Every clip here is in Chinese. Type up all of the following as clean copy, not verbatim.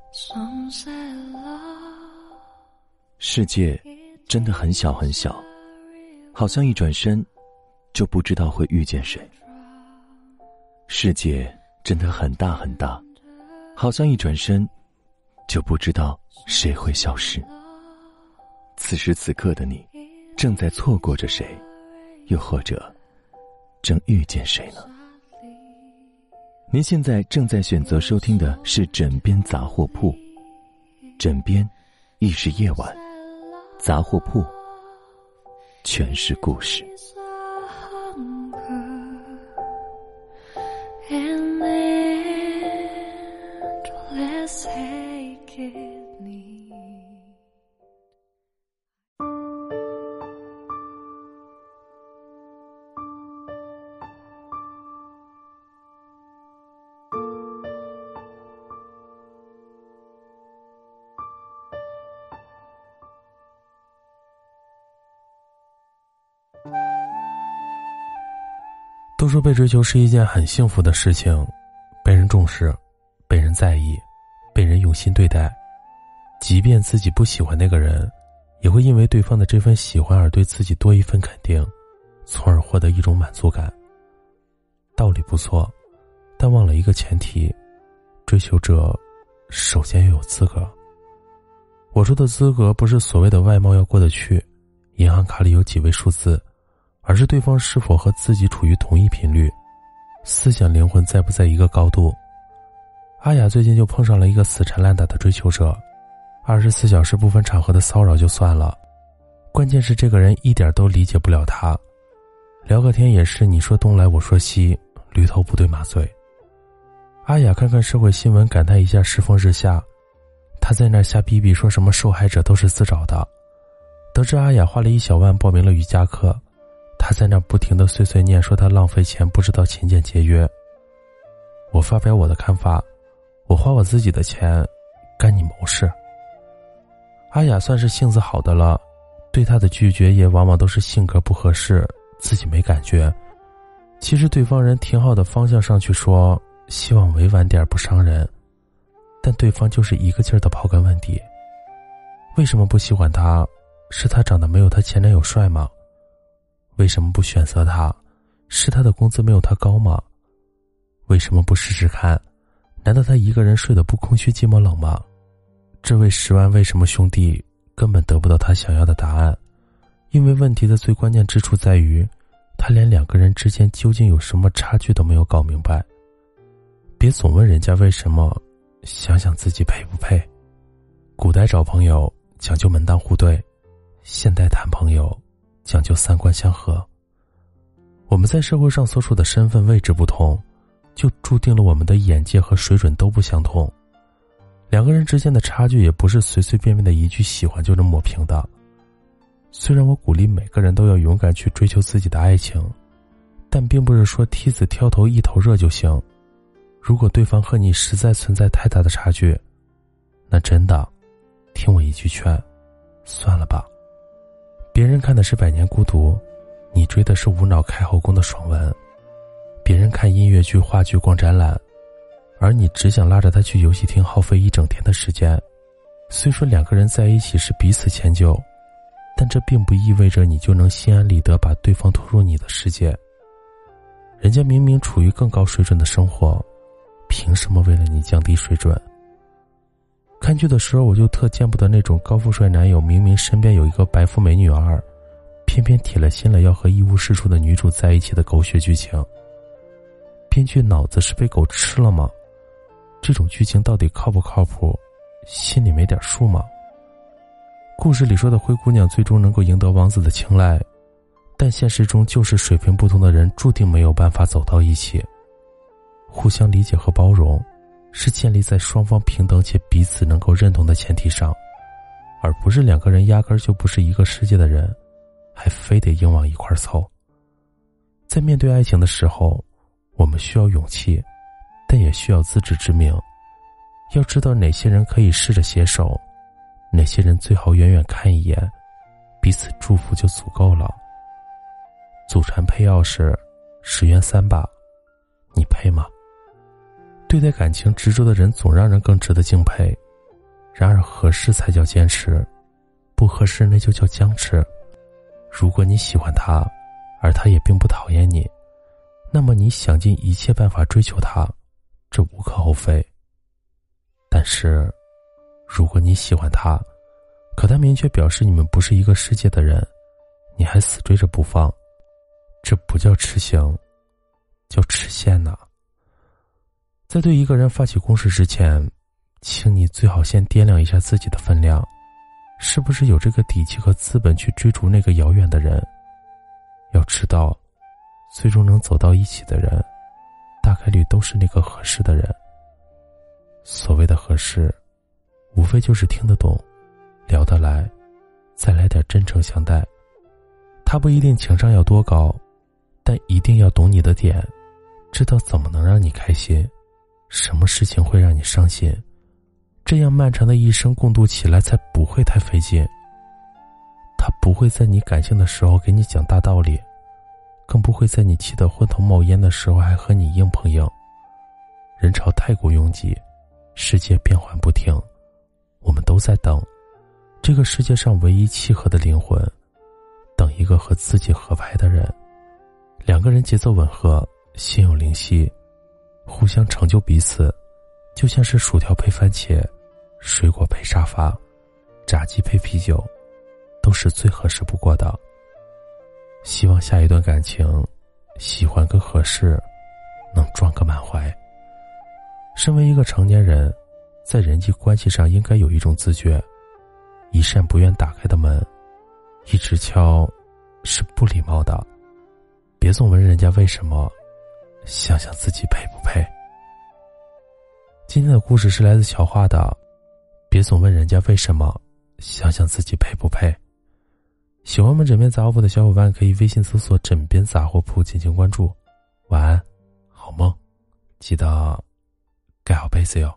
世界真的很小很小，好像一转身就不知道会遇见谁。世界真的很大很大，好像一转身就不知道谁会消失。此时此刻的你正在错过着谁，又或者正遇见谁呢？您现在正在选择收听的是枕边杂货铺，枕边亦是夜晚，杂货铺全是故事。 都说被追求是一件很幸福的事情，被人重视，被人在意，被人用心对待。即便自己不喜欢那个人，也会因为对方的这份喜欢而对自己多一份肯定，从而获得一种满足感。道理不错，但忘了一个前提，追求者首先要有资格。我说的资格不是所谓的外貌要过得去，银行卡里有几位数字，而是对方是否和自己处于同一频率，思想灵魂在不在一个高度。阿雅最近就碰上了一个死缠烂打的追求者，24小时不分场合的骚扰就算了，关键是这个人一点都理解不了他，聊个天也是你说东来我说西，驴头不对马嘴。阿雅看看社会新闻，感叹一下世风日下，他在那瞎逼逼说什么受害者都是自找的。得知阿雅花了1小万报名了瑜伽课，他在那不停地碎碎念，说他浪费钱，不知道勤俭节约。我发表我的看法，我花我自己的钱，干你谋事。阿雅算是性子好的了，对他的拒绝也往往都是性格不合适，自己没感觉。其实对方人挺好的方向上去说，希望委婉点不伤人，但对方就是一个劲儿的刨根问底。为什么不喜欢他？是他长得没有他前男友帅吗？为什么不选择他？是他的工资没有他高吗？为什么不试试看？难道他一个人睡得不空虚寂寞冷吗？这位10万为什么兄弟根本得不到他想要的答案，因为问题的最关键之处在于，他连2个人之间究竟有什么差距都没有搞明白。别总问人家为什么，想想自己配不配。古代找朋友讲究门当户对，现代谈朋友讲究3观相合。我们在社会上所处的身份位置不同，就注定了我们的眼界和水准都不相同。2个人之间的差距也不是随随便便的一句喜欢就能抹平的。虽然我鼓励每个人都要勇敢去追求自己的爱情，但并不是说梯子挑头一头热就行。如果对方和你实在存在太大的差距，那真的听我一句劝，算了吧。别人看的是百年孤独，你追的是无脑开后宫的爽文。别人看音乐剧、话剧、逛展览，而你只想拉着他去游戏厅耗费一整天的时间。虽说2个人在一起是彼此迁就，但这并不意味着你就能心安理得把对方拖入你的世界。人家明明处于更高水准的生活，凭什么为了你降低水准？看剧的时候我就特见不得那种高富帅男友明明身边有一个白富美女儿，偏偏铁了心了要和一无是处的女主在一起的狗血剧情。编剧脑子是被狗吃了吗？这种剧情到底靠不靠谱？心里没点数吗？故事里说的灰姑娘最终能够赢得王子的青睐，但现实中就是水平不同的人注定没有办法走到一起。互相理解和包容是建立在双方平等且彼此能够认同的前提上，而不是2个人压根就不是一个世界的人，还非得硬往一块凑。在面对爱情的时候，我们需要勇气，但也需要自知之明。要知道哪些人可以试着携手，哪些人最好远远看一眼，彼此祝福就足够了。祖传配钥匙10元3把，你配吗？对待感情执着的人总让人更值得敬佩， 然而合适才叫坚持，不合适那就叫僵持。如果你喜欢他，而他也并不讨厌你，那么你想尽一切办法追求他，这无可厚非。但是如果你喜欢他，可他明确表示你们不是一个世界的人，你还死追着不放，这不叫痴行，叫痴线呢。在对一个人发起攻势之前，请你最好先掂量一下自己的分量，是不是有这个底气和资本去追逐那个遥远的人。要知道，最终能走到一起的人，大概率都是那个合适的人。所谓的合适，无非就是听得懂，聊得来，再来点真诚相待。他不一定情商要多高，但一定要懂你的点，知道怎么能让你开心，什么事情会让你伤心，这样漫长的一生共度起来才不会太费劲。他不会在你感性的时候给你讲大道理，更不会在你气得昏头冒烟的时候还和你硬碰硬。人潮太过拥挤，世界变幻不停，我们都在等这个世界上唯一契合的灵魂，等一个和自己合拍的人。两个人节奏吻合，心有灵犀，互相成就彼此，就像是薯条配番茄，水果配沙发，炸鸡配啤酒，都是最合适不过的。希望下一段感情，喜欢跟合适能撞个满怀。身为一个成年人，在人际关系上应该有一种自觉，一扇不愿打开的门，一直敲是不礼貌的。别总问人家为什么，想想自己配不配。今天的故事是来自乔画的，别总问人家为什么，想想自己配不配。喜欢我们枕边杂货铺的小伙伴可以微信搜索枕边杂货铺进行关注。晚安，好梦，记得盖好被子哟。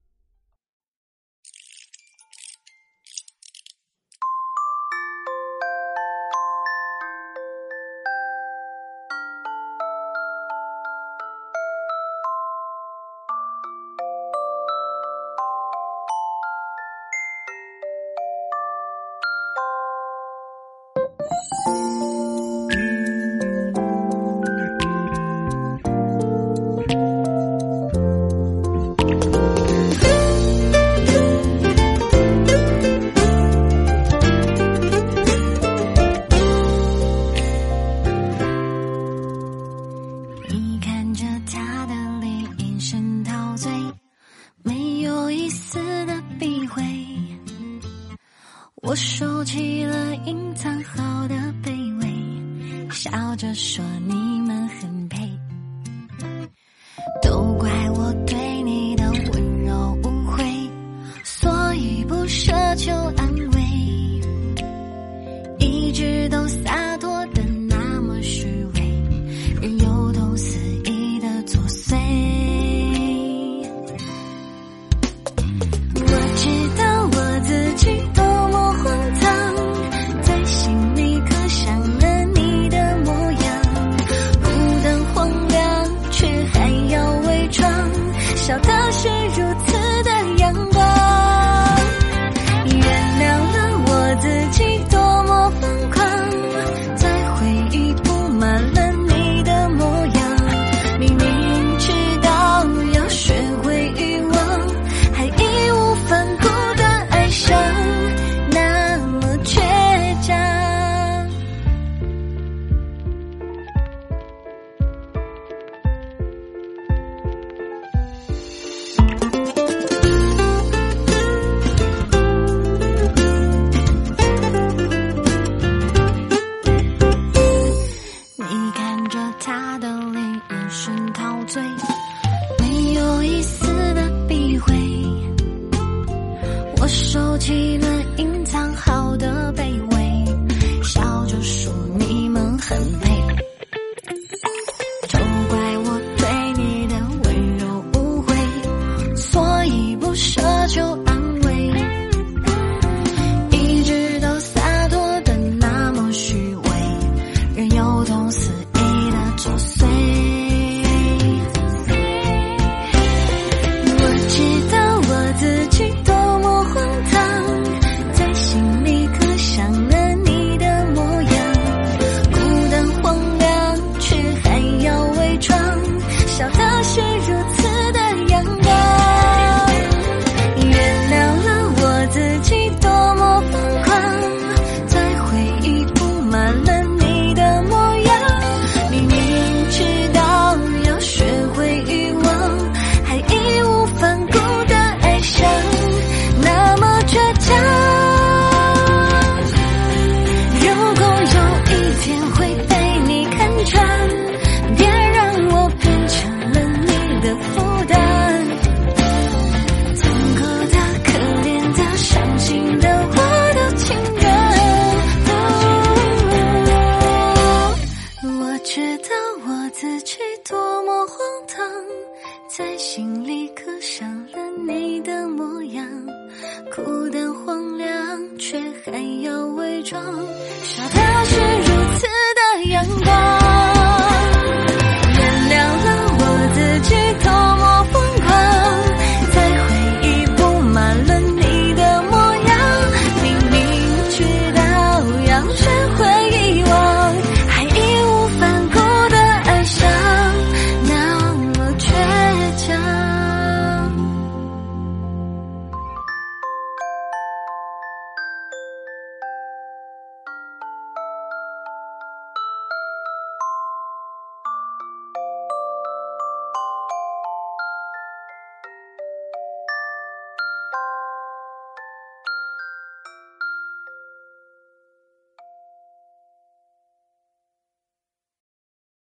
我收起了隐藏好的卑微，笑着说你们很配，都怪我对你的温柔误会，所以不奢求安慰，一直都洒脱的那么虚伪，任由痛肆意的作祟。我知道我自己多么荒唐，在心里刻上了你的模样，不等荒凉却还要伪装，笑的是如此的阳光。原谅了我自己多么疯狂，在回忆布满了你的模样，明明知道要学会遗忘，还义无反顾的爱上，那么倔强。你看着他的脸，眼神陶醉，没有一丝的避讳，我收起了